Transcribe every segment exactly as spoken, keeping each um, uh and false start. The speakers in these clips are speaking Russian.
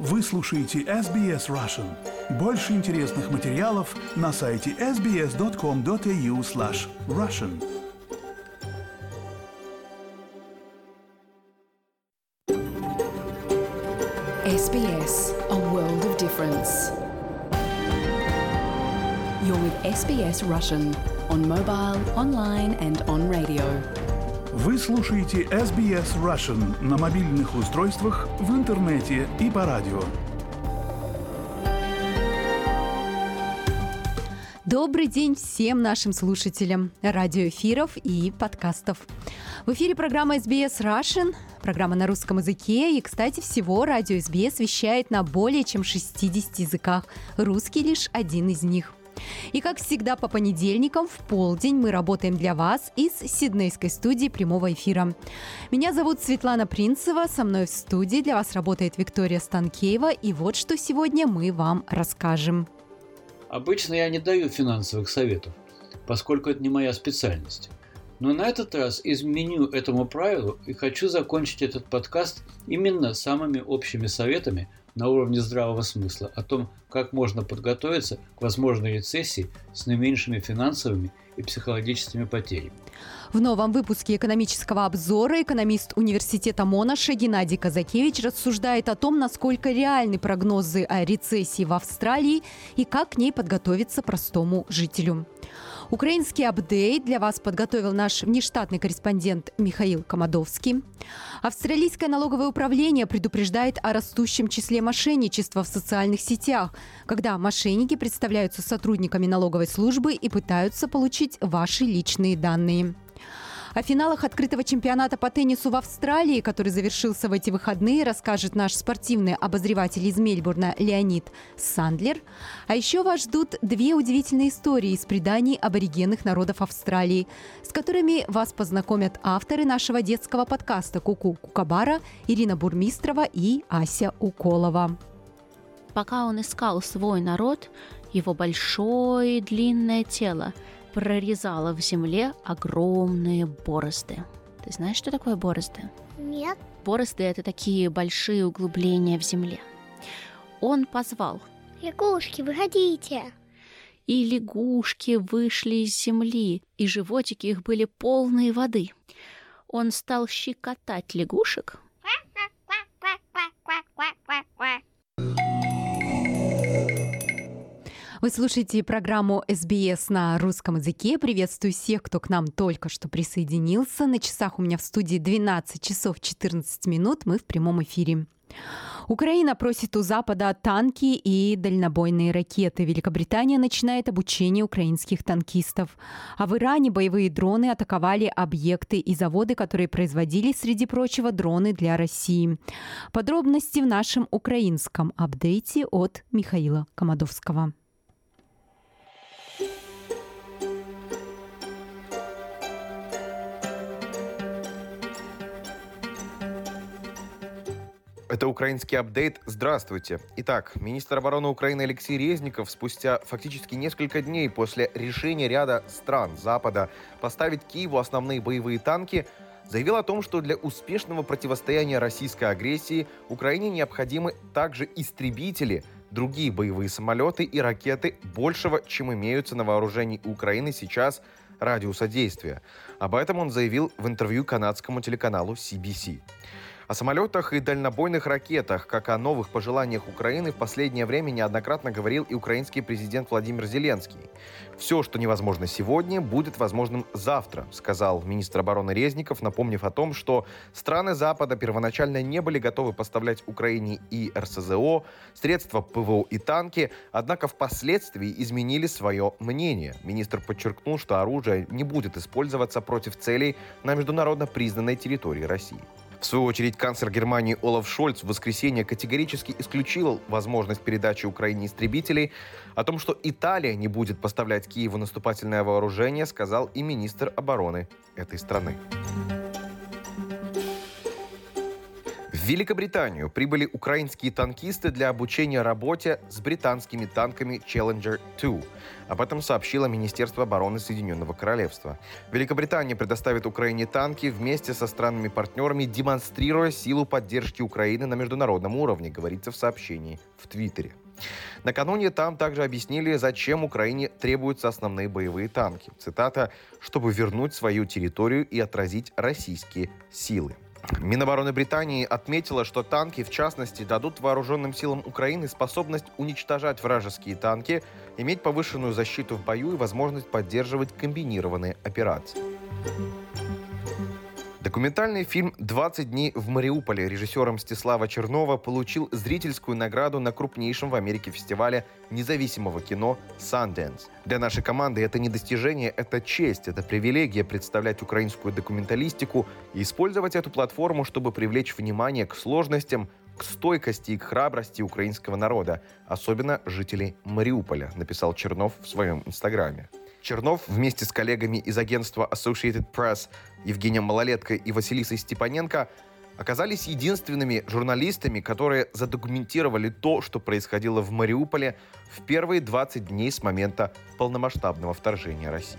Вы слушаете эс би эс Russian. Больше интересных материалов на сайте эс би эс точка ком точка эй ю слэш Russian. эс би эс, a world of difference. You're with эс би эс Russian on mobile, online and on radio. Вы слушаете эс би эс Russian на мобильных устройствах, в интернете и по радио. Добрый день всем нашим слушателям радиоэфиров и подкастов. В эфире программа эс би эс Russian, программа на русском языке. И, кстати, всего радио эс би эс вещает на более чем шестидесяти языках. Русский лишь один из них. И, как всегда, по понедельникам в полдень мы работаем для вас из сиднейской студии прямого эфира. Меня зовут Светлана Принцева, со мной в студии для вас работает Виктория Станкеева. И вот что сегодня мы вам расскажем. Обычно я не даю финансовых советов, поскольку это не моя специальность. Но на этот раз изменю этому правилу и хочу закончить этот подкаст именно самыми общими советами на уровне здравого смысла о том, как можно подготовиться к возможной рецессии с наименьшими финансовыми и психологическими потерями. В новом выпуске экономического обзора экономист университета Монаша Геннадий Казакевич рассуждает о том, насколько реальны прогнозы о рецессии в Австралии и как к ней подготовиться простому жителю. Украинский апдейт для вас подготовил наш внештатный корреспондент Михаил Комадовский. Австралийское налоговое управление предупреждает о растущем числе мошенничества в социальных сетях, когда мошенники представляются сотрудниками налоговой службы и пытаются получить ваши личные данные. О финалах открытого чемпионата по теннису в Австралии, который завершился в эти выходные, расскажет наш спортивный обозреватель из Мельбурна Леонид Сандлер. А еще вас ждут две удивительные истории из преданий аборигенных народов Австралии, с которыми вас познакомят авторы нашего детского подкаста «Ку-ку Кукабара» Ирина Бурмистрова и Ася Уколова. Пока он искал свой народ, его большое длинное тело прорезала в земле огромные борозды. Ты знаешь, что такое борозды? Нет. Борозды – это такие большие углубления в земле. Он позвал. Лягушки, выходите. И лягушки вышли из земли, и животики их были полные воды. Он стал щекотать лягушек. Вы слушаете программу эс би эс на русском языке. Приветствую всех, кто к нам только что присоединился. На часах у меня в студии двенадцать часов четырнадцать минут. Мы в прямом эфире. Украина просит у Запада танки и дальнобойные ракеты. Великобритания начинает обучение украинских танкистов. А в Иране боевые дроны атаковали объекты и заводы, которые производили, среди прочего, дроны для России. Подробности в нашем украинском апдейте от Михаила Комадовского. Это украинский апдейт. Здравствуйте. Итак, министр обороны Украины Алексей Резников спустя фактически несколько дней после решения ряда стран Запада поставить Киеву основные боевые танки, заявил о том, что для успешного противостояния российской агрессии Украине необходимы также истребители, другие боевые самолеты и ракеты большего, чем имеются на вооружении Украины сейчас радиуса действия. Об этом он заявил в интервью канадскому телеканалу си би си. О самолетах и дальнобойных ракетах, как о новых пожеланиях Украины, в последнее время неоднократно говорил и украинский президент Владимир Зеленский. «Все, что невозможно сегодня, будет возможным завтра», сказал министр обороны Резников, напомнив о том, что страны Запада первоначально не были готовы поставлять Украине и эр эс зэ о, средства пэ вэ о и танки, однако впоследствии изменили свое мнение. Министр подчеркнул, что оружие не будет использоваться против целей на международно признанной территории России. В свою очередь, канцлер Германии Олаф Шольц в воскресенье категорически исключил возможность передачи Украине истребителей. О том, что Италия не будет поставлять Киеву наступательное вооружение, сказал и министр обороны этой страны. В В Великобританию прибыли украинские танкисты для обучения работе с британскими танками Challenger два. Об этом сообщило Министерство обороны Соединенного Королевства. Великобритания предоставит Украине танки вместе со странами-партнерами, демонстрируя силу поддержки Украины на международном уровне, говорится в сообщении в Твиттере. Накануне там также объяснили, зачем Украине требуются основные боевые танки. Цитата: «чтобы вернуть свою территорию и отразить российские силы». Минобороны Британии отметила, что танки, в частности, дадут вооруженным силам Украины способность уничтожать вражеские танки, иметь повышенную защиту в бою и возможность поддерживать комбинированные операции. Документальный фильм «двадцать дней в Мариуполе» режиссера Мстислава Чернова получил зрительскую награду на крупнейшем в Америке фестивале независимого кино «Sundance». Для нашей команды это не достижение, это честь, это привилегия представлять украинскую документалистику и использовать эту платформу, чтобы привлечь внимание к сложностям, к стойкости и к храбрости украинского народа, особенно жителей Мариуполя, написал Чернов в своем инстаграме. Чернов вместе с коллегами из агентства Associated Press Евгением Малолеткой и Василисой Степаненко оказались единственными журналистами, которые задокументировали то, что происходило в Мариуполе в первые двадцать дней с момента полномасштабного вторжения России.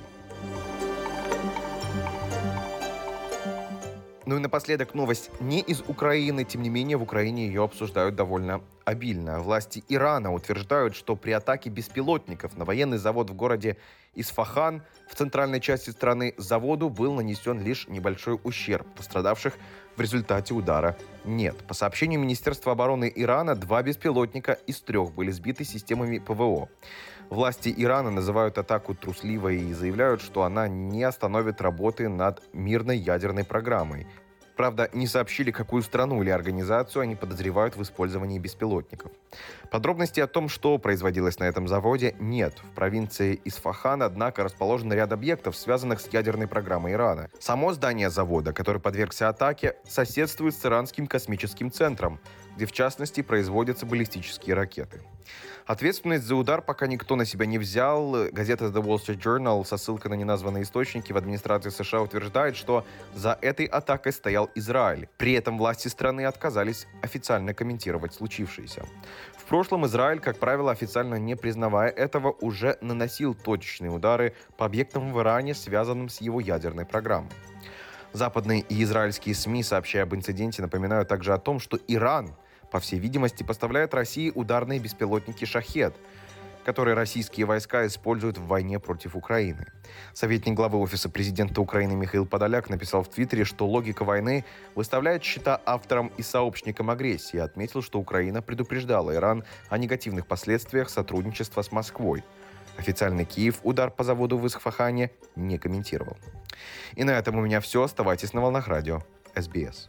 Ну и напоследок новость не из Украины, тем не менее в Украине ее обсуждают довольно обильно. Власти Ирана утверждают, что при атаке беспилотников на военный завод в городе Исфахан в центральной части страны заводу был нанесен лишь небольшой ущерб. Пострадавших в результате удара нет. По сообщению Министерства обороны Ирана, два беспилотника из трех были сбиты системами ПВО. Власти Ирана называют атаку трусливой и заявляют, что она не остановит работы над мирной ядерной программой. Правда, не сообщили, какую страну или организацию они подозревают в использовании беспилотников. Подробностей о том, что производилось на этом заводе, нет. В провинции Исфахан, однако, расположен ряд объектов, связанных с ядерной программой Ирана. Само здание завода, который подвергся атаке, соседствует с иранским космическим центром, где, в частности, производятся баллистические ракеты. Ответственность за удар пока никто на себя не взял. Газета The Wall Street Journal со ссылкой на неназванные источники в администрации США утверждает, что за этой атакой стоял Израиль. При этом власти страны отказались официально комментировать случившееся. В прошлом Израиль, как правило, официально не признавая этого, уже наносил точечные удары по объектам в Иране, связанным с его ядерной программой. Западные и израильские СМИ, сообщая об инциденте, напоминают также о том, что Иран, по всей видимости, поставляет России ударные беспилотники «Шахед», которые российские войска используют в войне против Украины. Советник главы Офиса президента Украины Михаил Подоляк написал в Твиттере, что логика войны выставляет счета авторам и сообщникам агрессии, и отметил, что Украина предупреждала Иран о негативных последствиях сотрудничества с Москвой. Официальный Киев удар по заводу в Исфахане не комментировал. И на этом у меня все. Оставайтесь на волнах радио эс би эс.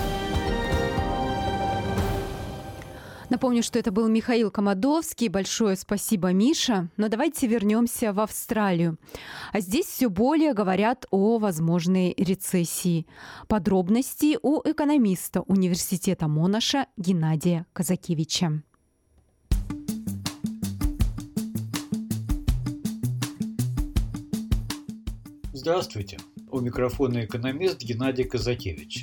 Напомню, что это был Михаил Комадовский. Большое спасибо, Миша. Но давайте вернемся в Австралию. А здесь все более говорят о возможной рецессии. Подробности у экономиста университета Монаша Геннадия Казакевича. Здравствуйте. У микрофона экономист Геннадий Казакевич.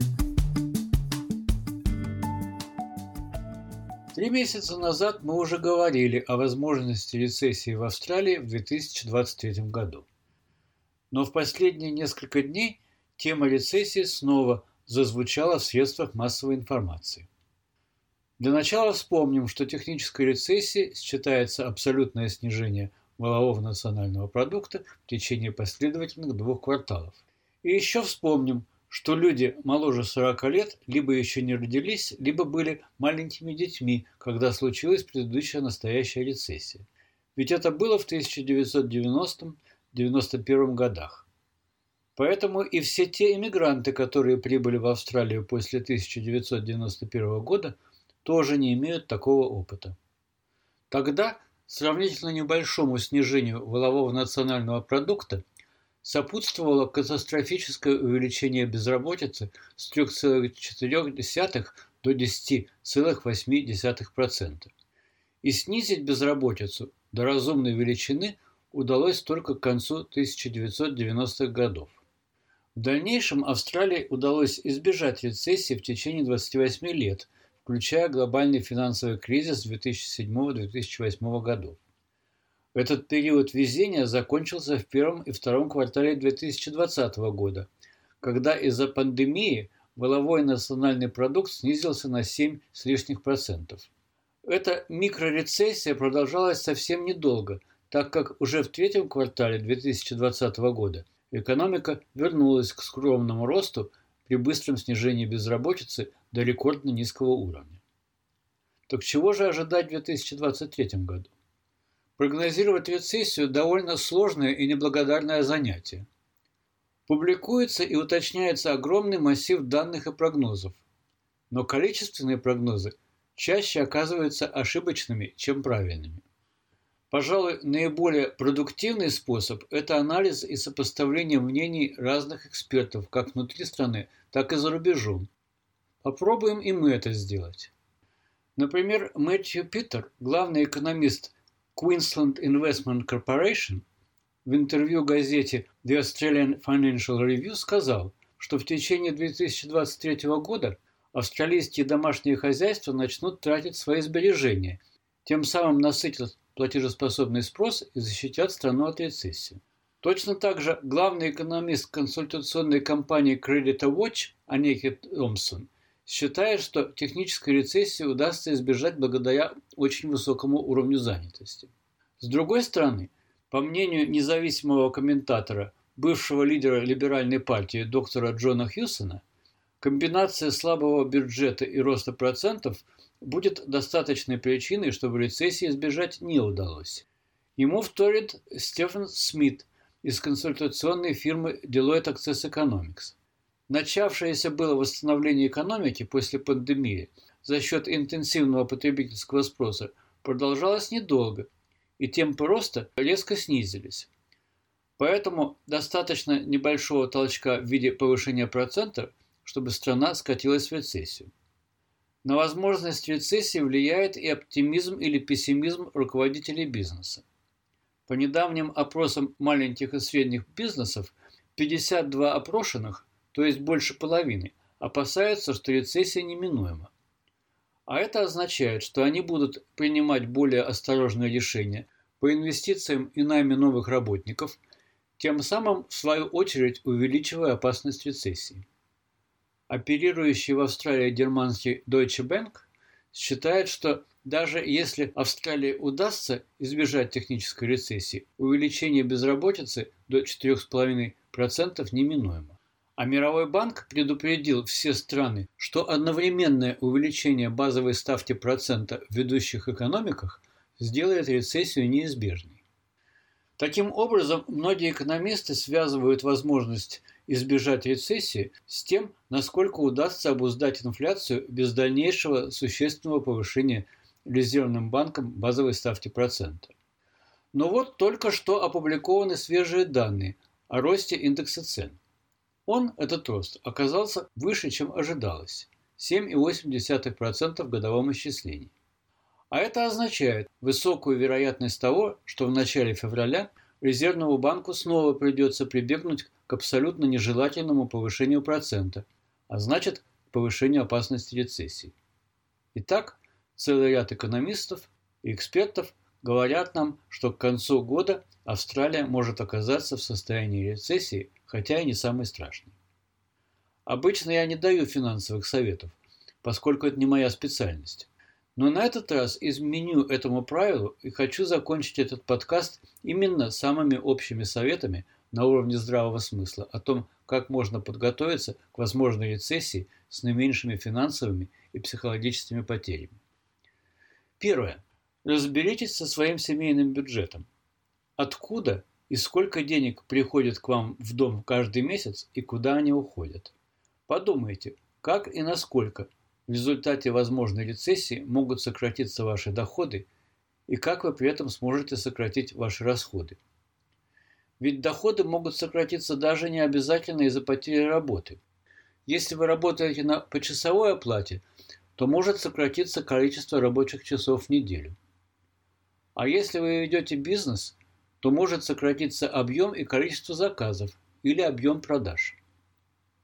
Три месяца назад мы уже говорили о возможности рецессии в Австралии в две тысячи двадцать третьем году. Но в последние несколько дней тема рецессии снова зазвучала в средствах массовой информации. Для начала вспомним, что технической рецессией считается абсолютное снижение валового национального продукта в течение последовательных двух кварталов. И еще вспомним, что люди моложе сорока лет либо еще не родились, либо были маленькими детьми, когда случилась предыдущая настоящая рецессия. Ведь это было в тысяча девятьсот девяностом — девяносто первом годах. Поэтому и все те иммигранты, которые прибыли в Австралию после тысяча девятьсот девяносто первого года, тоже не имеют такого опыта. Тогда сравнительно небольшому снижению валового национального продукта сопутствовало катастрофическое увеличение безработицы с трёх целых четырёх десятых до десяти целых восьми десятых процента. И снизить безработицу до разумной величины удалось только к концу тысяча девятьсот девяностых годов. В дальнейшем Австралии удалось избежать рецессии в течение двадцати восьми лет, включая глобальный финансовый кризис две тысячи седьмого - две тысячи восьмого годов. Этот период везения закончился в первом и втором квартале две тысячи двадцатого года, когда из-за пандемии валовой национальный продукт снизился на семь с лишних процентов. Эта микрорецессия продолжалась совсем недолго, так как уже в третьем квартале две тысячи двадцатого года экономика вернулась к скромному росту при быстром снижении безработицы до рекордно низкого уровня. Так чего же ожидать в две тысячи двадцать третьем году? Прогнозировать рецессию – довольно сложное и неблагодарное занятие. Публикуется и уточняется огромный массив данных и прогнозов, но количественные прогнозы чаще оказываются ошибочными, чем правильными. Пожалуй, наиболее продуктивный способ – это анализ и сопоставление мнений разных экспертов как внутри страны, так и за рубежом. Попробуем и мы это сделать. Например, Мэтью Питер, главный экономист Queensland Investment Corporation, в интервью газете The Australian Financial Review сказал, что в течение две тысячи двадцать третьего года австралийские домашние хозяйства начнут тратить свои сбережения, тем самым насытят платежеспособный спрос и защитят страну от рецессии. Точно так же главный экономист консультационной компании Credit Watch Анехи Томпсон считает, что технической рецессии удастся избежать благодаря очень высокому уровню занятости. С другой стороны, по мнению независимого комментатора, бывшего лидера либеральной партии доктора Джона Хьюсона, комбинация слабого бюджета и роста процентов будет достаточной причиной, чтобы рецессии избежать не удалось. Ему вторит Стефан Смит из консультационной фирмы Deloitte Access Economics. Начавшееся было восстановление экономики после пандемии за счет интенсивного потребительского спроса продолжалось недолго, и темпы роста резко снизились. Поэтому достаточно небольшого толчка в виде повышения процента, чтобы страна скатилась в рецессию. На возможность рецессии влияет и оптимизм или пессимизм руководителей бизнеса. По недавним опросам маленьких и средних бизнесов пятьдесят два опрошенных, то есть больше половины, опасаются, что рецессия неминуема. А это означает, что они будут принимать более осторожные решения по инвестициям и найме новых работников, тем самым, в свою очередь, увеличивая опасность рецессии. Оперирующий в Австралии германский Deutsche Bank считает, что даже если Австралии удастся избежать технической рецессии, увеличение безработицы до четырёх целых пяти десятых процента неминуемо. А Мировой банк предупредил все страны, что одновременное увеличение базовой ставки процента в ведущих экономиках сделает рецессию неизбежной. Таким образом, многие экономисты связывают возможность избежать рецессии с тем, насколько удастся обуздать инфляцию без дальнейшего существенного повышения Резервным банком базовой ставки процента. Но вот только что опубликованы свежие данные о росте индекса цен. Он, этот рост, оказался выше, чем ожидалось – семь целых восемь десятых процента в годовом исчислении. А это означает высокую вероятность того, что в начале февраля Резервному банку снова придется прибегнуть к абсолютно нежелательному повышению процента, а значит, к повышению опасности рецессии. Итак, целый ряд экономистов и экспертов говорят нам, что к концу года Австралия может оказаться в состоянии рецессии, хотя и не самой страшной. Обычно я не даю финансовых советов, поскольку это не моя специальность. Но на этот раз изменю этому правилу и хочу закончить этот подкаст именно самыми общими советами на уровне здравого смысла о том, как можно подготовиться к возможной рецессии с наименьшими финансовыми и психологическими потерями. Первое. Разберитесь со своим семейным бюджетом. Откуда и сколько денег приходит к вам в дом каждый месяц и куда они уходят. Подумайте, как и насколько в результате возможной рецессии могут сократиться ваши доходы и как вы при этом сможете сократить ваши расходы. Ведь доходы могут сократиться даже не обязательно из-за потери работы. Если вы работаете на почасовой оплате, то может сократиться количество рабочих часов в неделю. А если вы ведете бизнес, то может сократиться объем и количество заказов или объем продаж.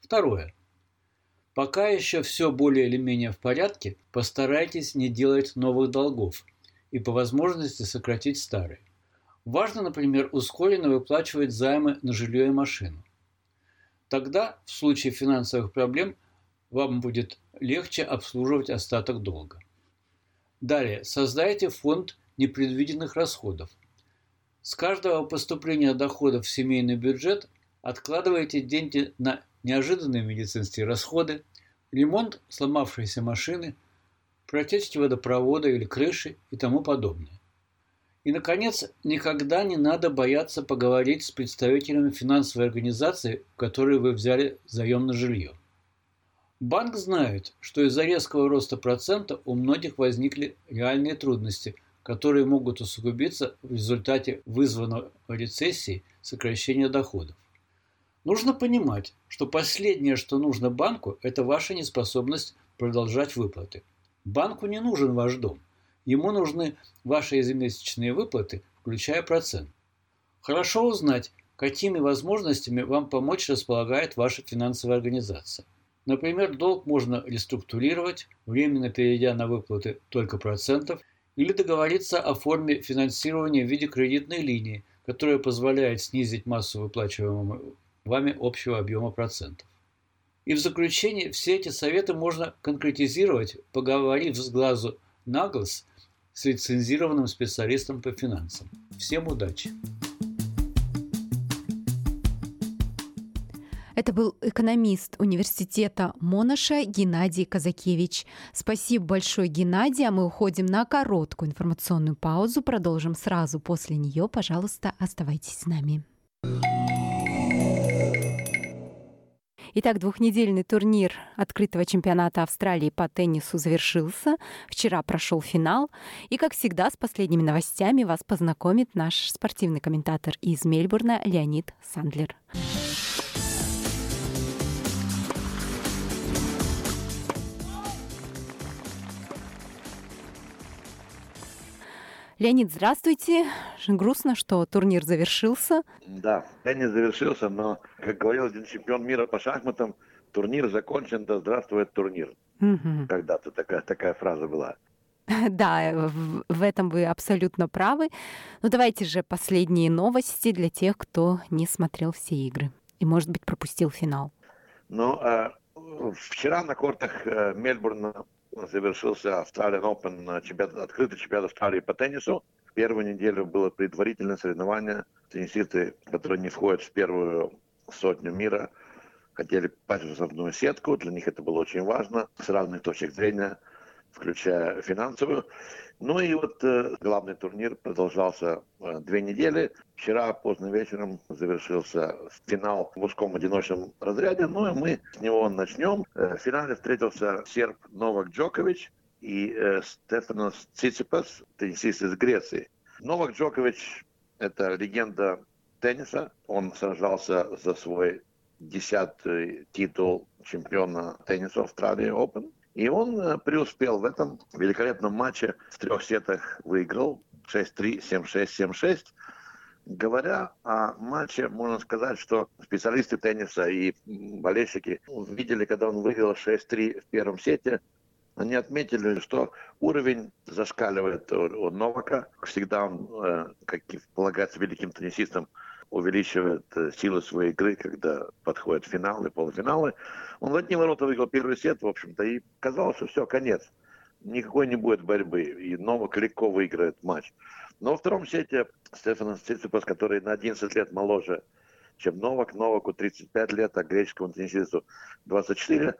Второе. Пока еще все более или менее в порядке, постарайтесь не делать новых долгов и по возможности сократить старые. Важно, например, ускоренно выплачивать займы на жилье и машину. Тогда, в случае финансовых проблем, вам будет легче обслуживать остаток долга. Далее, создайте фонд непредвиденных расходов. С каждого поступления доходов в семейный бюджет откладывайте деньги на неожиданные медицинские расходы, ремонт сломавшейся машины, протечки водопровода или крыши и тому подобное. И, наконец, никогда не надо бояться поговорить с представителями финансовой организации, в которой вы взяли заем на жилье. Банк знает, что из-за резкого роста процента у многих возникли реальные трудности, которые могут усугубиться в результате вызванного рецессией сокращения доходов. Нужно понимать, что последнее, что нужно банку, это ваша неспособность продолжать выплаты. Банку не нужен ваш дом. Ему нужны ваши ежемесячные выплаты, включая процент. Хорошо узнать, какими возможностями вам помочь располагает ваша финансовая организация. Например, долг можно реструктурировать, временно перейдя на выплаты только процентов, или договориться о форме финансирования в виде кредитной линии, которая позволяет снизить массу выплачиваемого вами общего объема процентов. И в заключение, все эти советы можно конкретизировать, поговорив с глазу на глаз с лицензированным специалистом по финансам. Всем удачи! Это был экономист университета Монаша Геннадий Казакевич. Спасибо большое, Геннадий. А мы уходим на короткую информационную паузу. Продолжим сразу после нее. Пожалуйста, оставайтесь с нами. Итак, двухнедельный турнир открытого чемпионата Австралии по теннису завершился. Вчера прошел финал. И, как всегда, с последними новостями вас познакомит наш спортивный комментатор из Мельбурна Леонид Сандлер. Леонид, здравствуйте. Грустно, что турнир завершился. Да, теннис завершился, но, как говорил один чемпион мира по шахматам, турнир закончен, да здравствует турнир. Угу. Когда-то такая, такая фраза была. Да, в, в этом вы абсолютно правы. Ну давайте же последние новости для тех, кто не смотрел все игры и, может быть, пропустил финал. Ну, э, вчера на кортах э, Мельбурна завершился Australian Open, чемпионат, открытый чемпионат Австралии по теннису. В первую неделю было предварительное соревнование. Теннисисты, которые не входят в первую сотню мира, хотели попасть в основную сетку. Для них это было очень важно с разных точек зрения, включая финансовую. Ну и вот э, главный турнир продолжался э, две недели. Вчера поздно вечером завершился финал в мужском одиночном разряде. Ну и мы с него начнем. Э, в финале встретился серб Новак Джокович и э, Стефанос Циципас, теннисист из Греции. Новак Джокович – это легенда тенниса. Он сражался за свой десятый титул чемпиона тенниса Австралии Open. И он э, преуспел в этом великолепном матче. В трех сетах выиграл шесть-три, семь-шесть, семь-шесть. Говоря о матче, можно сказать, что специалисты тенниса и болельщики видели, когда он выиграл шесть-три в первом сете, они отметили, что уровень зашкаливает у, у Новака. Всегда он, э, как и полагается великим теннисистам, увеличивает силу своей игры, когда подходят финалы, полуфиналы. Он в одни ворота выиграл первый сет, в общем-то, и казалось, что все, конец. Никакой не будет борьбы, и Новак легко выиграет матч. Но во втором сете Стефанос Циципас, который на одиннадцать лет моложе, чем Новак, Новаку тридцать пять лет, а греческому теннисисту двадцать четыре,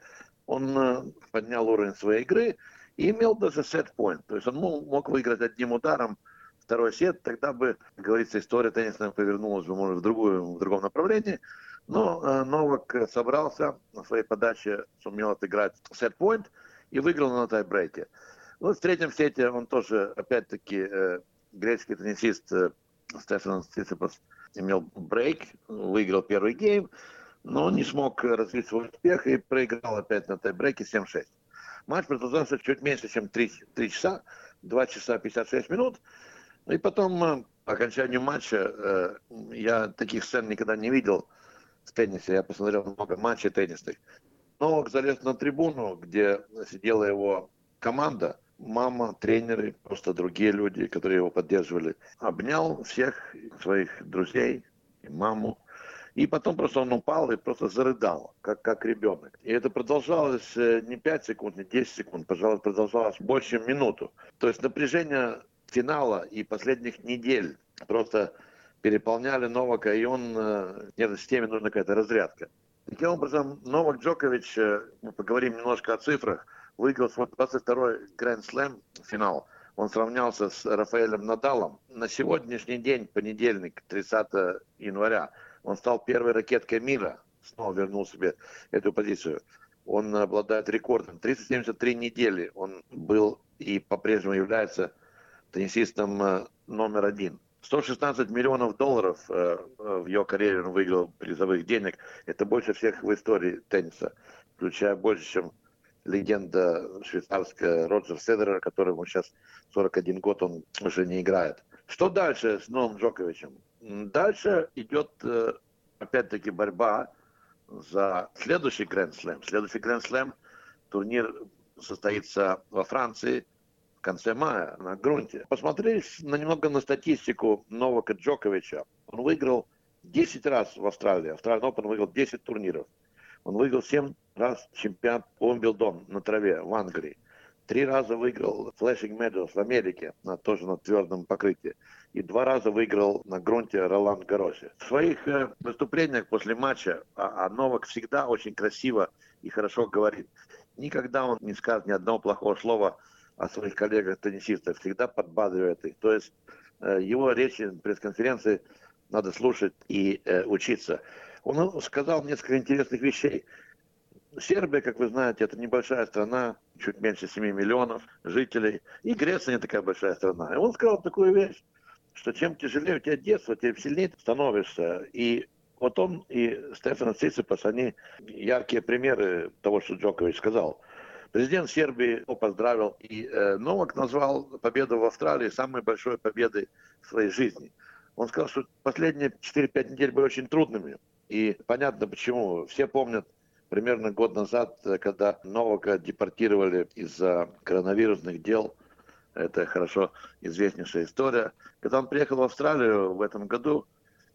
он поднял уровень своей игры и имел даже сет-поинт. То есть он мог выиграть одним ударом второй сет, тогда бы, как говорится, история тенниса повернулась бы, может, в, другую, в другом направлении. Но э, Новак собрался на своей подаче, сумел отыграть сет-поинт и выиграл на тайбрейке. Вот в третьем сете он тоже, опять-таки, э, греческий теннисист э, Стефанос Циципас имел брейк, выиграл первый гейм, но не смог развить свой успех и проиграл опять на тайбрейке семь-шесть. Матч продолжался чуть меньше, чем три часа, два часа пятьдесят шесть минут. И потом, по окончанию матча, я таких сцен никогда не видел. в теннисе. Я посмотрел много матчей теннисных. Новак залез на трибуну, где сидела его команда, мама, тренеры, просто другие люди, которые его поддерживали. Обнял всех своих друзей, и маму. И потом просто он упал и просто зарыдал, как, как ребенок. И это продолжалось не пять секунд, не десять секунд, пожалуй, продолжалось больше, чем минуту. То есть напряжение финала и последних недель просто переполняли Новака, и он, в системе нужна какая-то разрядка. Таким образом, Новак Джокович, мы поговорим немножко о цифрах, выиграл свой двадцать второй Гранд Слэм финал. Он сравнялся с Рафаэлем Надалом. На сегодняшний день, понедельник, тридцатого января, он стал первой ракеткой мира, снова вернул себе эту позицию. Он обладает рекордом. триста семьдесят три недели он был и по-прежнему является теннисистом номер один. сто шестнадцать миллионов долларов в его карьере он выиграл призовых денег. Это больше всех в истории тенниса, включая больше, чем легенда швейцарская Роджер Федерер, которому сейчас сорок один год, он уже не играет. Что дальше с Новым Джоковичем? Дальше идет, опять-таки, борьба за следующий Гранд Слэм. Следующий Гранд Слэм турнир состоится во Франции в конце мая на грунте. Посмотреть на, немного на статистику Новака Джоковича. Он выиграл десять раз в Австралии. Австралиан Опен выиграл десять турниров. Он выиграл семь раз чемпионат Уимблдон на траве в Англии. Три раза выиграл Flashing Meadows в Америке, на, тоже на твердом покрытии. И два раза выиграл на грунте Ролан Гарросе. В своих э, выступлениях после матча, а, а Новак всегда очень красиво и хорошо говорит. Никогда он не скажет ни одного плохого слова о своих коллегах-теннисистах. Всегда подбадривает их. То есть э, его речи, пресс-конференции надо слушать и э, учиться. Он сказал несколько интересных вещей. Сербия, как вы знаете, это небольшая страна, чуть меньше семи миллионов жителей. И Греция не такая большая страна. И он сказал такую вещь, что чем тяжелее у тебя детство, тем сильнее ты становишься. И вот он и Стефано Циципас, они яркие примеры того, что Джокович сказал. Президент Сербии его поздравил. И э, Новак назвал победу в Австралии самой большой победой в своей жизни. Он сказал, что последние четыре-пять недель были очень трудными. И понятно почему. Все помнят, примерно год назад, когда Новака депортировали из-за коронавирусных дел, это хорошо известнейшая история. Когда он приехал в Австралию в этом году,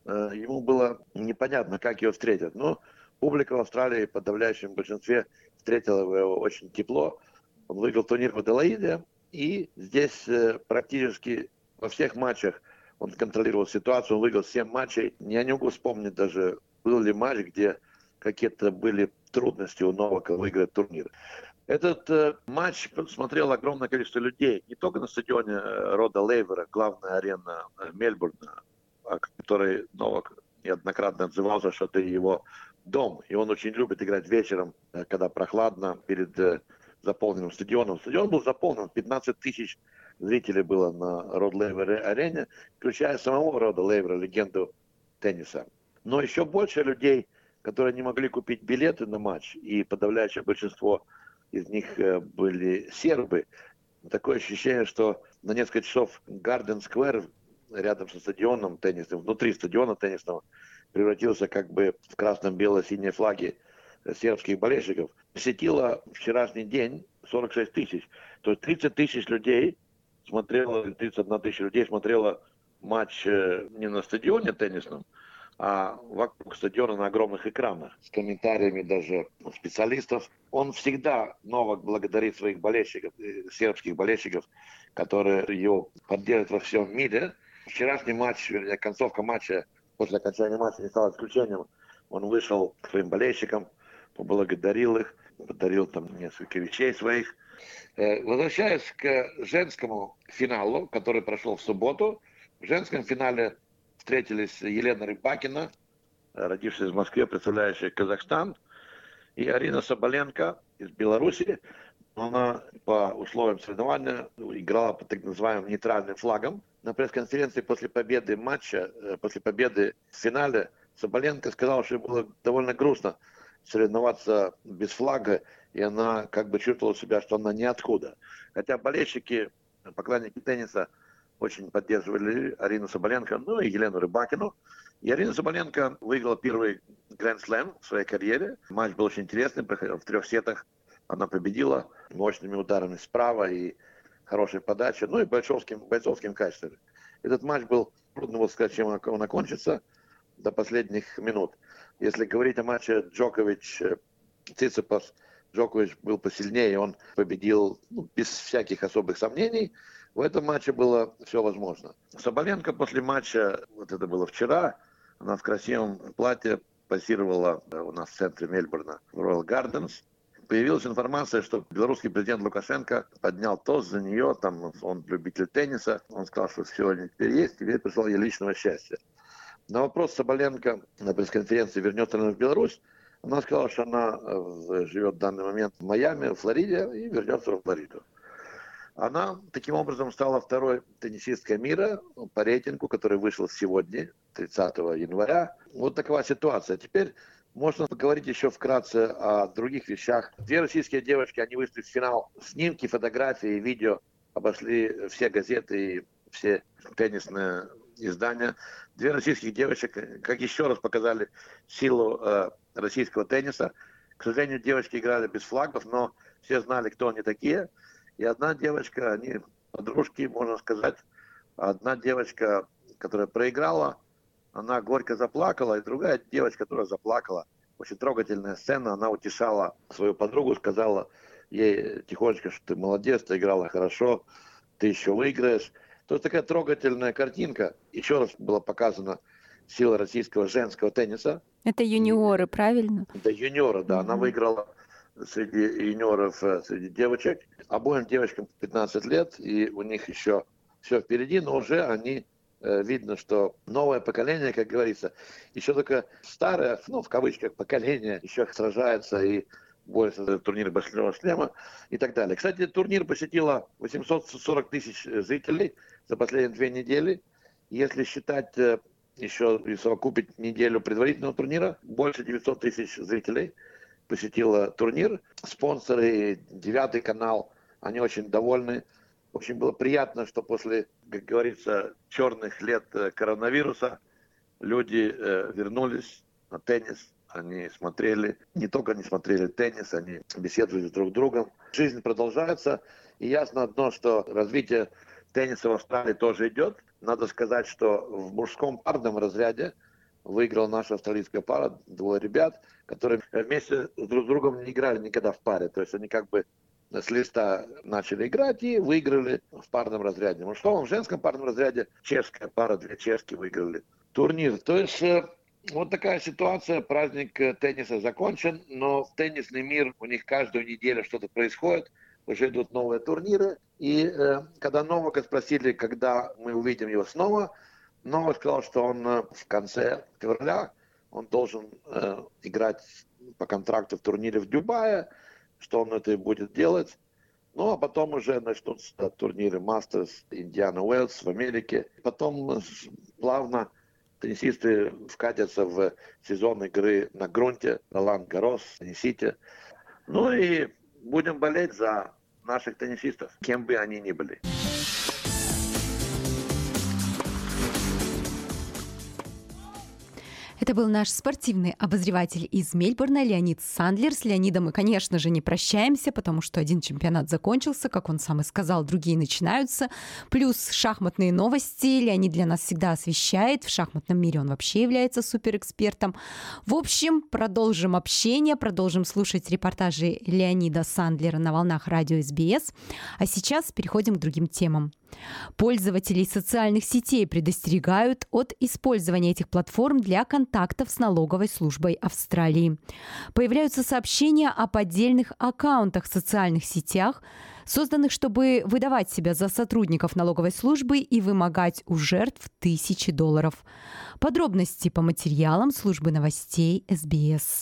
ему было непонятно, как его встретят. Но публика в Австралии в подавляющем большинстве встретила его очень тепло. Он выиграл турнир в Аделаиде, и здесь практически во всех матчах он контролировал ситуацию, он выиграл семь матчей. Я не могу вспомнить даже, был ли матч, где какие-то были трудности у Новака выиграть турнир. Этот э, матч смотрело огромное количество людей, не только на стадионе э, Рода Лейвера, главная арена э, Мельбурна, о которой Новак неоднократно отзывался, что это его дом. И он очень любит играть вечером, э, когда прохладно, перед э, заполненным стадионом. Стадион был заполнен, пятнадцать тысяч зрителей было на Род Лейвер арене, включая самого Рода Лейвера, легенду тенниса. Но еще больше людей, которые не могли купить билеты на матч, и подавляющее большинство из них были сербы. Такое ощущение, что на несколько часов Гарден Сквер рядом со стадионом теннисным, внутри стадиона теннисного, превратился как бы в красно-бело-синие флаги сербских болельщиков. Посетило вчерашний день сорок шесть тысяч. То есть тридцать тысяч людей смотрело, тридцать одна тысяча людей смотрело матч не на стадионе теннисном, а вокруг стадиона на огромных экранах, с комментариями даже специалистов. Он всегда, Новак, благодарит своих болельщиков, сербских болельщиков, которые его поддерживают во всем мире. Вчерашний матч, вернее, концовка матча, после окончания матча не стала исключением. Он вышел к своим болельщикам, поблагодарил их, подарил там несколько вещей своих. Возвращаясь к женскому финалу, который прошел в субботу, в женском финале встретились Елена Рыбакина, родившаяся в Москве, представляющая Казахстан, и Арина Соболенко из Беларуси. Она по условиям соревнования играла под так называемым нейтральным флагом. На пресс-конференции после победы матча, после победы в финале, Соболенко сказала, что ей было довольно грустно соревноваться без флага, и она как бы чувствовала себя, что она ниоткуда. Хотя болельщики, поклонники тенниса очень поддерживали Арину Соболенко, ну и Елену Рыбакину. И Арина Сабаленко выиграла первый гранд-слэм в своей карьере. Матч был очень интересный, в трех сетах она победила мощными ударами справа и хорошей подачей, ну и бойцовским, бойцовским качеством. Этот матч был, трудно было сказать, чем он окончится, до последних минут. Если говорить о матче Джокович-Циципас, Джокович был посильнее, он победил ну, без всяких особых сомнений. В этом матче было все возможно. Сабаленко после матча, вот это было вчера, она в красивом платье позировала у нас в центре Мельбурна, в Royal Gardens. Появилась информация, что белорусский президент Лукашенко поднял тост за нее, там он любитель тенниса, он сказал, что все они теперь есть, теперь прислал ей личного счастья. На вопрос Сабаленко на пресс-конференции, вернется ли она в Беларусь, она сказала, что она живет в данный момент в Майами, в Флориде, и вернется в Флориду. Она таким образом стала второй теннисисткой мира по рейтингу, который вышел сегодня, тридцатого января. Вот такова ситуация. Теперь можно поговорить еще вкратце о других вещах. Две российские девочки, они вышли в финал. Снимки, фотографии, видео обошли все газеты и все теннисные издания. Две российских девочек, как еще раз показали силу э, российского тенниса. К сожалению, девочки играли без флагов, но все знали, кто они такие. И одна девочка, они подружки, можно сказать. Одна девочка, которая проиграла, она горько заплакала, и другая девочка, которая заплакала. Очень трогательная сцена, она утешала свою подругу, сказала ей тихонечко, что ты молодец, ты играла хорошо, ты еще выиграешь. То есть такая трогательная картинка. Еще раз была показана сила российского женского тенниса. Это юниоры, и, правильно? Это юниоры, да. Mm-hmm. Она выиграла среди юниоров, среди девочек. Обоим девочкам пятнадцать лет, и у них еще все впереди, но уже они, э, видно, что новое поколение, как говорится, еще только старое, ну, в кавычках, поколение еще сражается и борется за турнир большого шлема и так далее. Кстати, турнир посетило восемьсот сорок тысяч зрителей за последние две недели. Если считать э, еще и совокупить неделю предварительного турнира, больше девятьсот тысяч зрителей посетила турнир. Спонсоры, девятый канал, они очень довольны. Очень было приятно, что после, как говорится, черных лет коронавируса люди э, вернулись на теннис. Они смотрели, не только не смотрели теннис, они беседовали друг с другом. Жизнь продолжается. И ясно одно, что развитие тенниса в Австралии тоже идет. Надо сказать, что в мужском парном разряде выиграла наша австралийская пара, двое ребят, которые вместе друг с другом не играли никогда в паре. То есть они как бы с листа начали играть и выиграли в парном разряде. В мужском, в женском парном разряде чешская пара, две чешки выиграли турнир. То есть вот такая ситуация. Праздник тенниса закончен, но в теннисный мир у них каждую неделю что-то происходит. Уже идут новые турниры. И э, когда Новака спросили, когда мы увидим его снова, Новак сказал, что он в конце февраля он должен э, играть по контракту в турнире в Дубае, что он это и будет делать. Ну, а потом уже начнутся турниры Мастерс, Индиана Уэллс в Америке. Потом плавно теннисисты вкатятся в сезон игры на грунте, Ролан Гаррос, Теннисите. Ну и будем болеть за наших теннисистов, кем бы они ни были. Это был наш спортивный обозреватель из Мельбурна Леонид Сандлер. С Леонидом мы, конечно же, не прощаемся, потому что один чемпионат закончился, как он сам и сказал, другие начинаются. Плюс шахматные новости Леонид для нас всегда освещает. В шахматном мире он вообще является суперэкспертом. В общем, продолжим общение, продолжим слушать репортажи Леонида Сандлера на волнах радио эс би эс. А сейчас переходим к другим темам. Пользователей социальных сетей предостерегают от использования этих платформ для контактов с налоговой службой Австралии. Появляются сообщения о поддельных аккаунтах в социальных сетях, созданных, чтобы выдавать себя за сотрудников налоговой службы и вымогать у жертв тысячи долларов. Подробности по материалам службы новостей эс би эс.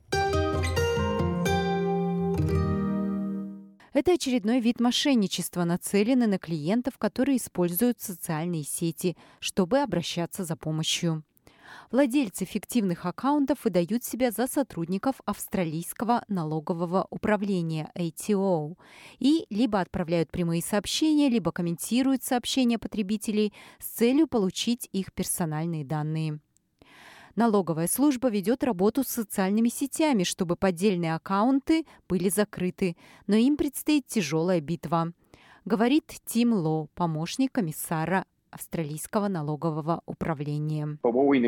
Это очередной вид мошенничества, нацеленный на клиентов, которые используют социальные сети, чтобы обращаться за помощью. Владельцы фиктивных аккаунтов выдают себя за сотрудников австралийского налогового управления эй ти о и либо отправляют прямые сообщения, либо комментируют сообщения потребителей с целью получить их персональные данные. Налоговая служба ведет работу с социальными сетями, чтобы поддельные аккаунты были закрыты, но им предстоит тяжелая битва, говорит Тим Ло, помощник комиссара австралийского налогового управления.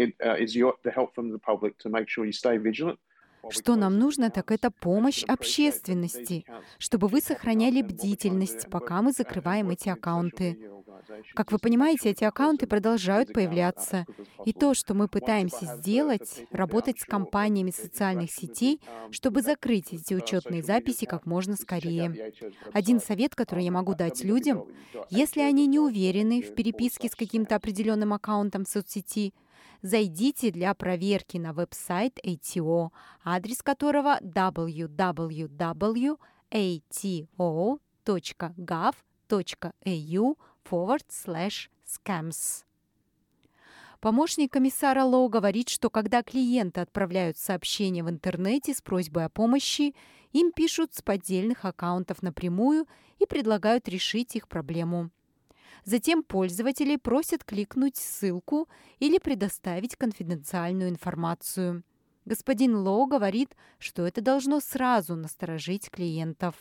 Что нам нужно, так это помощь общественности, чтобы вы сохраняли бдительность, пока мы закрываем эти аккаунты. Как вы понимаете, эти аккаунты продолжают появляться. И то, что мы пытаемся сделать, работать с компаниями социальных сетей, чтобы закрыть эти учетные записи как можно скорее. Один совет, который я могу дать людям, если они не уверены в переписке с каким-то определенным аккаунтом в соцсети, зайдите для проверки на веб-сайт эй ти о, адрес которого дабл ю дабл ю дабл ю точка эй ти о точка гав точка эй ю forward slash scams. Помощник комиссара Лоу говорит, что когда клиенты отправляют сообщения в интернете с просьбой о помощи, им пишут с поддельных аккаунтов напрямую и предлагают решить их проблему. Затем пользователи просят кликнуть ссылку или предоставить конфиденциальную информацию. Господин Лоу говорит, что это должно сразу насторожить клиентов.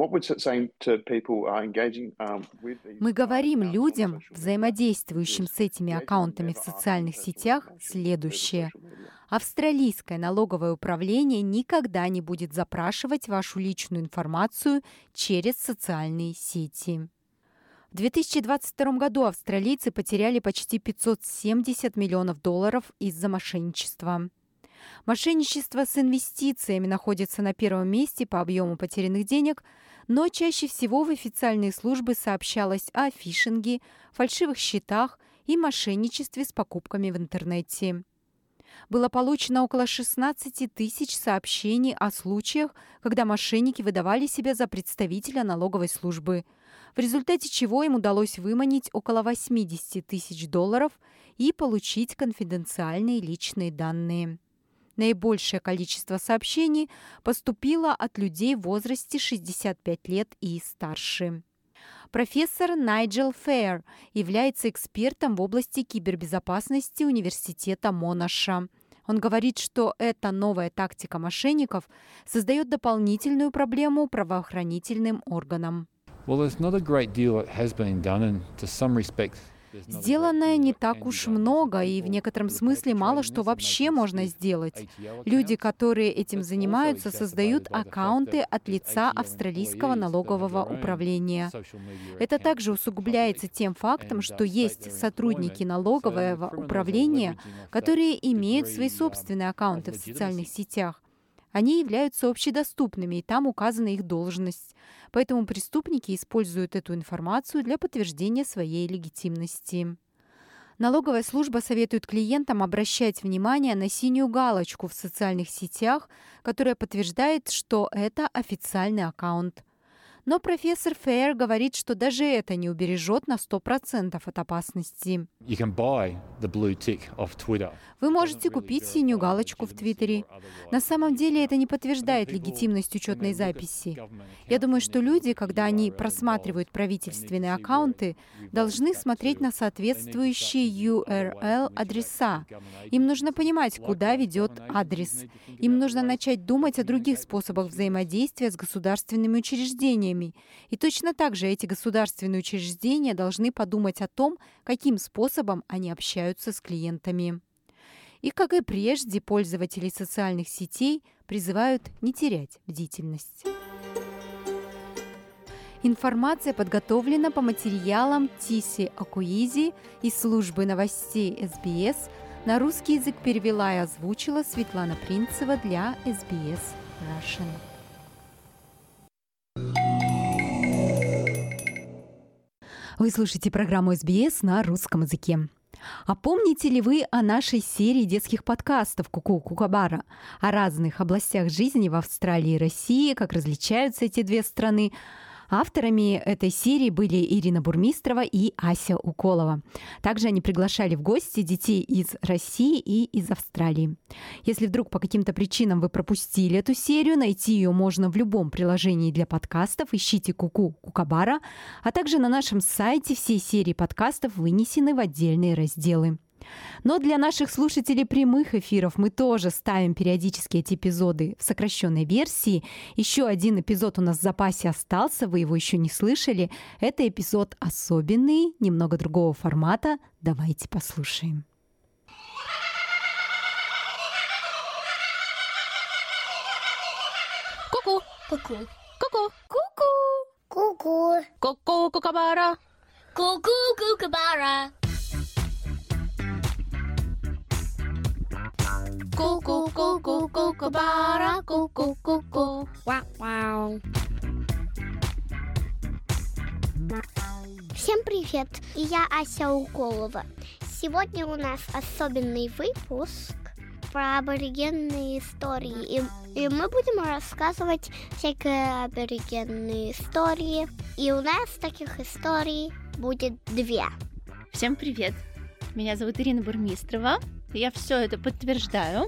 Мы говорим людям, взаимодействующим с этими аккаунтами в социальных сетях, следующее. Австралийское налоговое управление никогда не будет запрашивать вашу личную информацию через социальные сети. В две тысячи двадцать втором году австралийцы потеряли почти пятьсот семьдесят миллионов долларов из-за мошенничества. Мошенничество с инвестициями находится на первом месте по объему потерянных денег, но чаще всего в официальные службы сообщалось о фишинге, фальшивых счетах и мошенничестве с покупками в интернете. Было получено около шестнадцати тысяч сообщений о случаях, когда мошенники выдавали себя за представителя налоговой службы, в результате чего им удалось выманить около восемьдесят тысяч долларов и получить конфиденциальные личные данные. Наибольшее количество сообщений поступило от людей в возрасте шестьдесят пять лет и старше. Профессор Найджел Фейер является экспертом в области кибербезопасности университета Монаша. Он говорит, что эта новая тактика мошенников создает дополнительную проблему правоохранительным органам. Сделано не так уж много, и в некотором смысле мало что вообще можно сделать. Люди, которые этим занимаются, создают аккаунты от лица австралийского налогового управления. Это также усугубляется тем фактом, что есть сотрудники налогового управления, которые имеют свои собственные аккаунты в социальных сетях. Они являются общедоступными, и там указана их должность. Поэтому преступники используют эту информацию для подтверждения своей легитимности. Налоговая служба советует клиентам обращать внимание на синюю галочку в социальных сетях, которая подтверждает, что это официальный аккаунт. Но профессор Фейер говорит, что даже это не убережет на сто процентов от опасности. Вы можете купить синюю галочку в Твиттере. На самом деле это не подтверждает легитимность учетной записи. Я думаю, что люди, когда они просматривают правительственные аккаунты, должны смотреть на соответствующие ю ар эл-адреса. Им нужно понимать, куда ведет адрес. Им нужно начать думать о других способах взаимодействия с государственными учреждениями. И точно так же эти государственные учреждения должны подумать о том, каким способом они общаются с клиентами. И, как и прежде, пользователи социальных сетей призывают не терять бдительность. Информация подготовлена по материалам Тиси Акуизи из службы новостей эс би эс. На русский язык перевела и озвучила Светлана Принцева для эс би эс Russian. Вы слушаете программу эс би эс на русском языке. А помните ли вы о нашей серии детских подкастов «Ку-ку Кукабара» о разных областях жизни в Австралии и России, как различаются эти две страны? Авторами этой серии были Ирина Бурмистрова и Ася Уколова. Также они приглашали в гости детей из России и из Австралии. Если вдруг по каким-то причинам вы пропустили эту серию, найти ее можно в любом приложении для подкастов. Ищите «Ку-ку Кукабара», а также на нашем сайте все серии подкастов вынесены в отдельные разделы. Но для наших слушателей прямых эфиров мы тоже ставим периодически эти эпизоды в сокращенной версии. Еще один эпизод у нас в запасе остался, вы его еще не слышали. Это эпизод особенный, немного другого формата. Давайте послушаем. Ку-ку. Ку-ку. Ку-ку. Ку-ку. Ку-ку. Ку-ку, кукабара. Ку-ку, кукабара. Ку-ку, ку-ку, кукабара. Ку-ку, ку-ку. Вау-вау. Всем привет! И я Ася Уколова. Сегодня у нас особенный выпуск про аборигенные истории. И, и мы будем рассказывать всякие аборигенные истории. И у нас таких историй будет две. Всем привет! Меня зовут Ирина Бурмистрова. Я все это подтверждаю.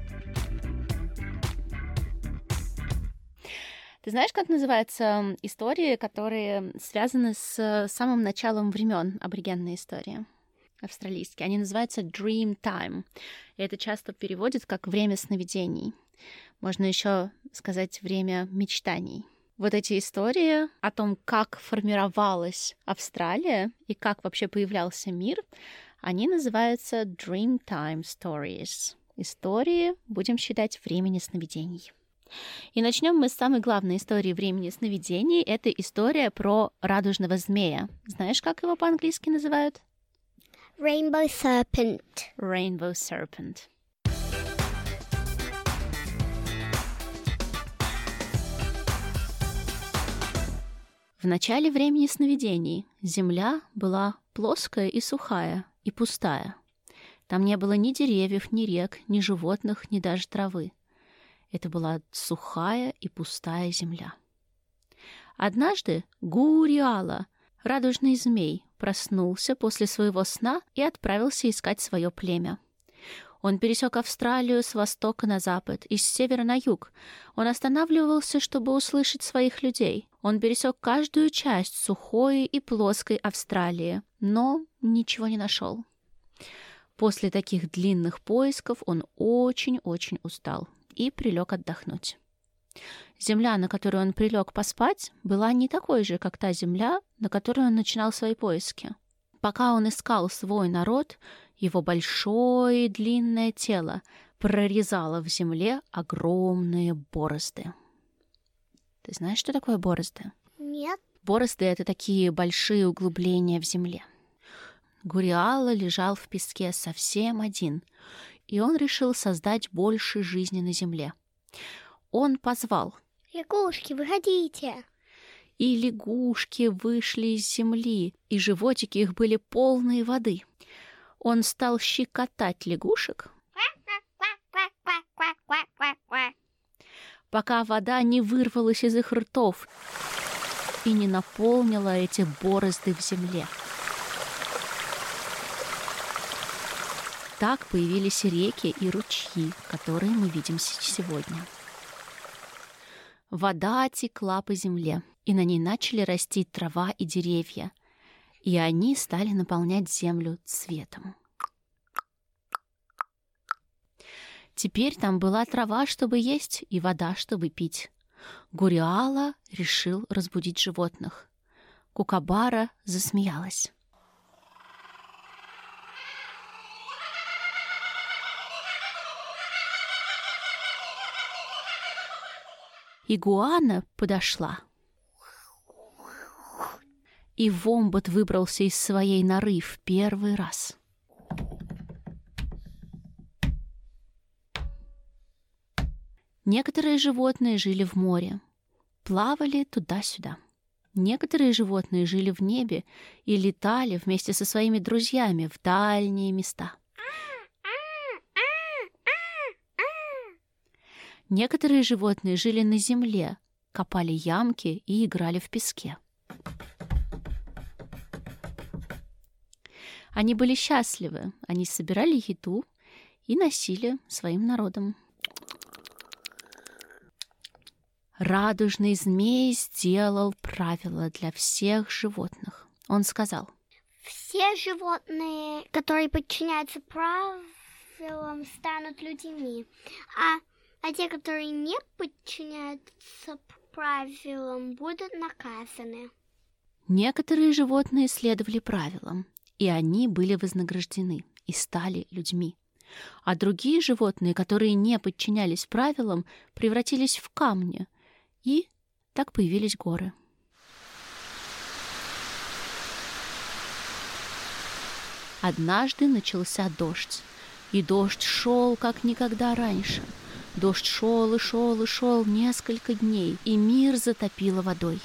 Ты знаешь, как называются истории, которые связаны с самым началом времен, аборигенные истории австралийские? Они называются Dream Time. И это часто переводят как время сновидений. Можно еще сказать время мечтаний. Вот эти истории о том, как формировалась Австралия и как вообще появлялся мир, они называются Dream Time Stories. Истории, будем считать, времени сновидений. И начнем мы с самой главной истории времени сновидений. Это история про радужного змея. Знаешь, как его по-английски называют? Rainbow Serpent. Rainbow Serpent. В начале времени сновидений Земля была плоская и сухая, и пустая. Там не было ни деревьев, ни рек, ни животных, ни даже травы. Это была сухая и пустая земля. Однажды Гуриала, радужный змей, проснулся после своего сна и отправился искать свое племя. Он пересек Австралию с востока на запад и с севера на юг. Он останавливался, чтобы услышать своих людей. Он пересек каждую часть сухой и плоской Австралии, но ничего не нашел. После таких длинных поисков он очень-очень устал и прилег отдохнуть. Земля, на которую он прилег поспать, была не такой же, как та земля, на которой он начинал свои поиски. Пока он искал свой народ, его большое и длинное тело прорезало в земле огромные борозды. Ты знаешь, что такое борозды? Нет. Борозды — это такие большие углубления в земле. Гуриала лежал в песке совсем один, и он решил создать больше жизни на земле. Он позвал. Лягушки, выходите. И лягушки вышли из земли, и животики их были полные воды. Он стал щекотать лягушек, пока вода не вырвалась из их ртов и не наполнила эти борозды в земле. Так появились реки и ручьи, которые мы видим сегодня. Вода текла по земле, и на ней начали расти трава и деревья, и они стали наполнять землю цветом. Теперь там была трава, чтобы есть, и вода, чтобы пить. Гуриала решил разбудить животных. Кукабара засмеялась. Игуана подошла. И Вомбат выбрался из своей норы в первый раз. Некоторые животные жили в море, плавали туда-сюда. Некоторые животные жили в небе и летали вместе со своими друзьями в дальние места. Некоторые животные жили на земле, копали ямки и играли в песке. Они были счастливы, они собирали еду и носили своим народом. Радужный змей сделал правила для всех животных. Он сказал: все животные, которые подчиняются правилам, станут людьми, а, а те, которые не подчиняются правилам, будут наказаны. Некоторые животные следовали правилам, и они были вознаграждены и стали людьми. А другие животные, которые не подчинялись правилам, превратились в камни, и так появились горы. Однажды начался дождь, и дождь шел, как никогда раньше. Дождь шел и шел и шел несколько дней, и мир затопило водой.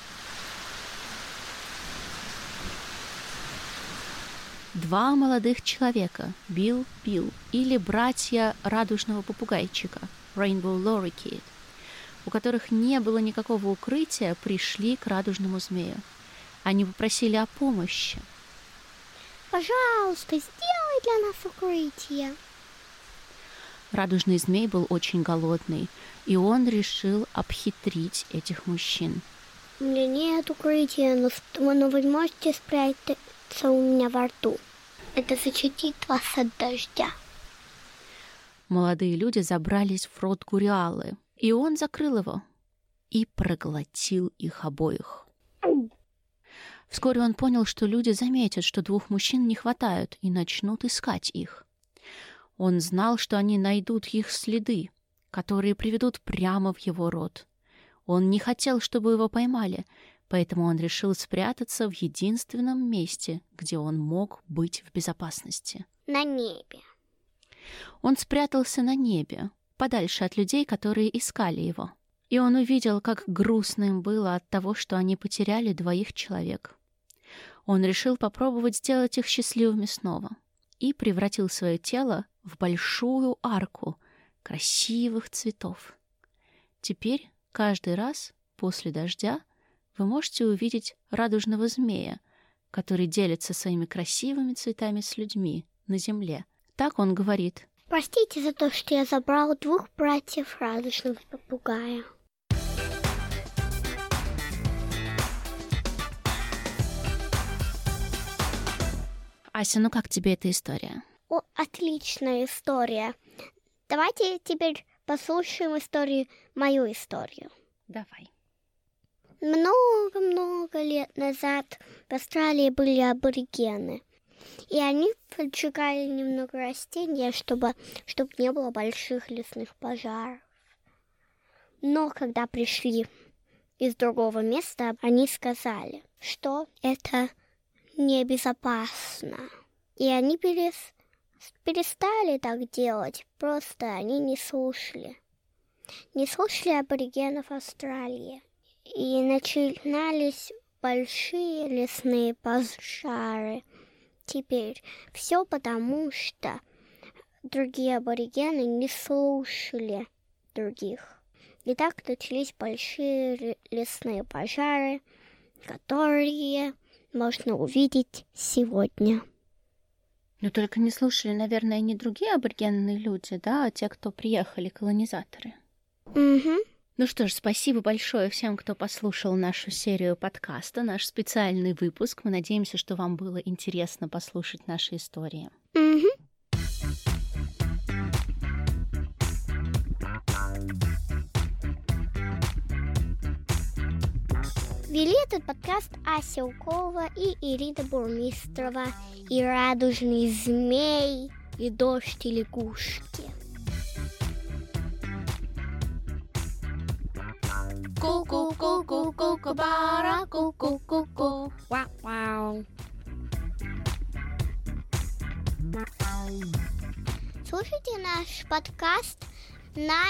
Два молодых человека, Билл Билл или братья радужного попугайчика, Rainbow Lorikeet, у которых не было никакого укрытия, пришли к радужному змею. Они попросили о помощи. Пожалуйста, сделай для нас укрытие. Радужный змей был очень голодный, и он решил обхитрить этих мужчин. У меня нет укрытия, но, но вы можете спрятаться у меня во рту. Это защитит вас от дождя. Молодые люди забрались в рот Гуриалы, и он закрыл его и проглотил их обоих. Вскоре он понял, что люди заметят, что двух мужчин не хватает, и начнут искать их. Он знал, что они найдут их следы, которые приведут прямо в его рот. Он не хотел, чтобы его поймали, поэтому он решил спрятаться в единственном месте, где он мог быть в безопасности. На небе. Он спрятался на небе, подальше от людей, которые искали его. И он увидел, как грустно им было от того, что они потеряли двоих человек. Он решил попробовать сделать их счастливыми снова и превратил свое тело в большую арку красивых цветов. Теперь каждый раз после дождя вы можете увидеть радужного змея, который делится своими красивыми цветами с людьми на земле. Так он говорит: простите за то, что я забрал двух братьев радужного попугая. Ася, ну как тебе эта история? О, отличная история. Давайте теперь послушаем историю, мою историю. Давай. Много-много лет назад в Австралии были аборигены. И они поджигали немного растения, чтобы, чтобы не было больших лесных пожаров. Но когда пришли из другого места, они сказали, что это небезопасно. И они перес... перестали так делать, просто они не слушали. Не слушали аборигенов Австралии. И начинались большие лесные пожары. Теперь все потому, что другие аборигены не слушали других. И так начались большие лесные пожары, которые можно увидеть сегодня. Но только не слушали, наверное, не другие аборигенные люди, да, а те, кто приехали, колонизаторы. Угу. Ну что ж, спасибо большое всем, кто послушал нашу серию подкаста, наш специальный выпуск. Мы надеемся, что вам было интересно послушать наши истории. Угу. Вели этот подкаст Ася Уколова и Ирина Бурмистрова, и радужный змей, и дождь, и лягушки. Ку-ку-ку-ку-ку-ку-бара, ку-ку-ку-ку. Вау-вау. Слушайте наш подкаст на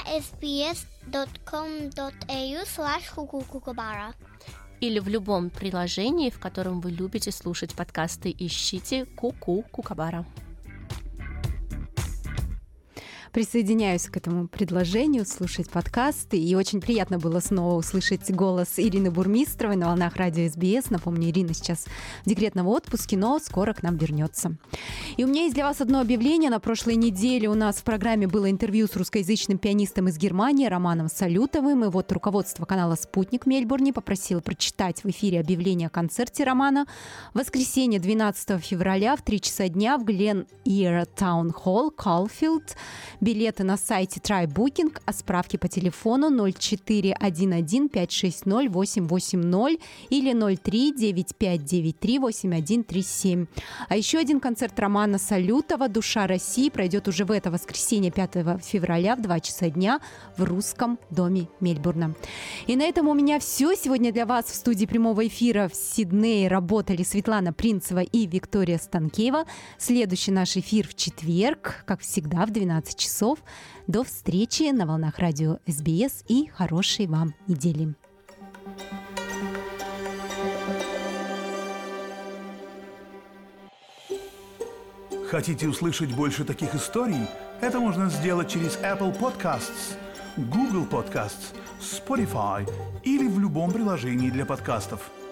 sbs.com.au slash ку-ку-ку-бара. Или в любом приложении, в котором вы любите слушать подкасты, ищите Ку-ку Кукабара. Присоединяюсь к этому предложению слушать подкасты. И очень приятно было снова услышать голос Ирины Бурмистровой на волнах радио СБС. Напомню, Ирина сейчас в декретном отпуске, но скоро к нам вернется. И у меня есть для вас одно объявление. На прошлой неделе у нас в программе было интервью с русскоязычным пианистом из Германии Романом Салютовым. И вот руководство канала «Спутник» в Мельбурне попросило прочитать в эфире объявление о концерте Романа. В воскресенье двенадцатого февраля в три часа дня в Глен Иера Таун Холл, Калфилд. Билеты на сайте Try Booking, а справки по телефону ноль четыре один один пять шесть ноль восемь восемь ноль или ноль три девять пять девять три восемь один три семь. А еще один концерт Романа Салютова «Душа России» пройдет уже в это воскресенье пятого февраля в два часа дня в Русском доме Мельбурна. И на этом у меня все. Сегодня для вас в студии прямого эфира в Сиднее работали Светлана Принцева и Виктория Станкеева. Следующий наш эфир в четверг, как всегда, в двенадцать часов. До встречи на волнах радио СБС и хорошей вам недели. Хотите услышать больше таких историй? Это можно сделать через Apple Podcasts, Google Podcasts, Spotify или в любом приложении для подкастов.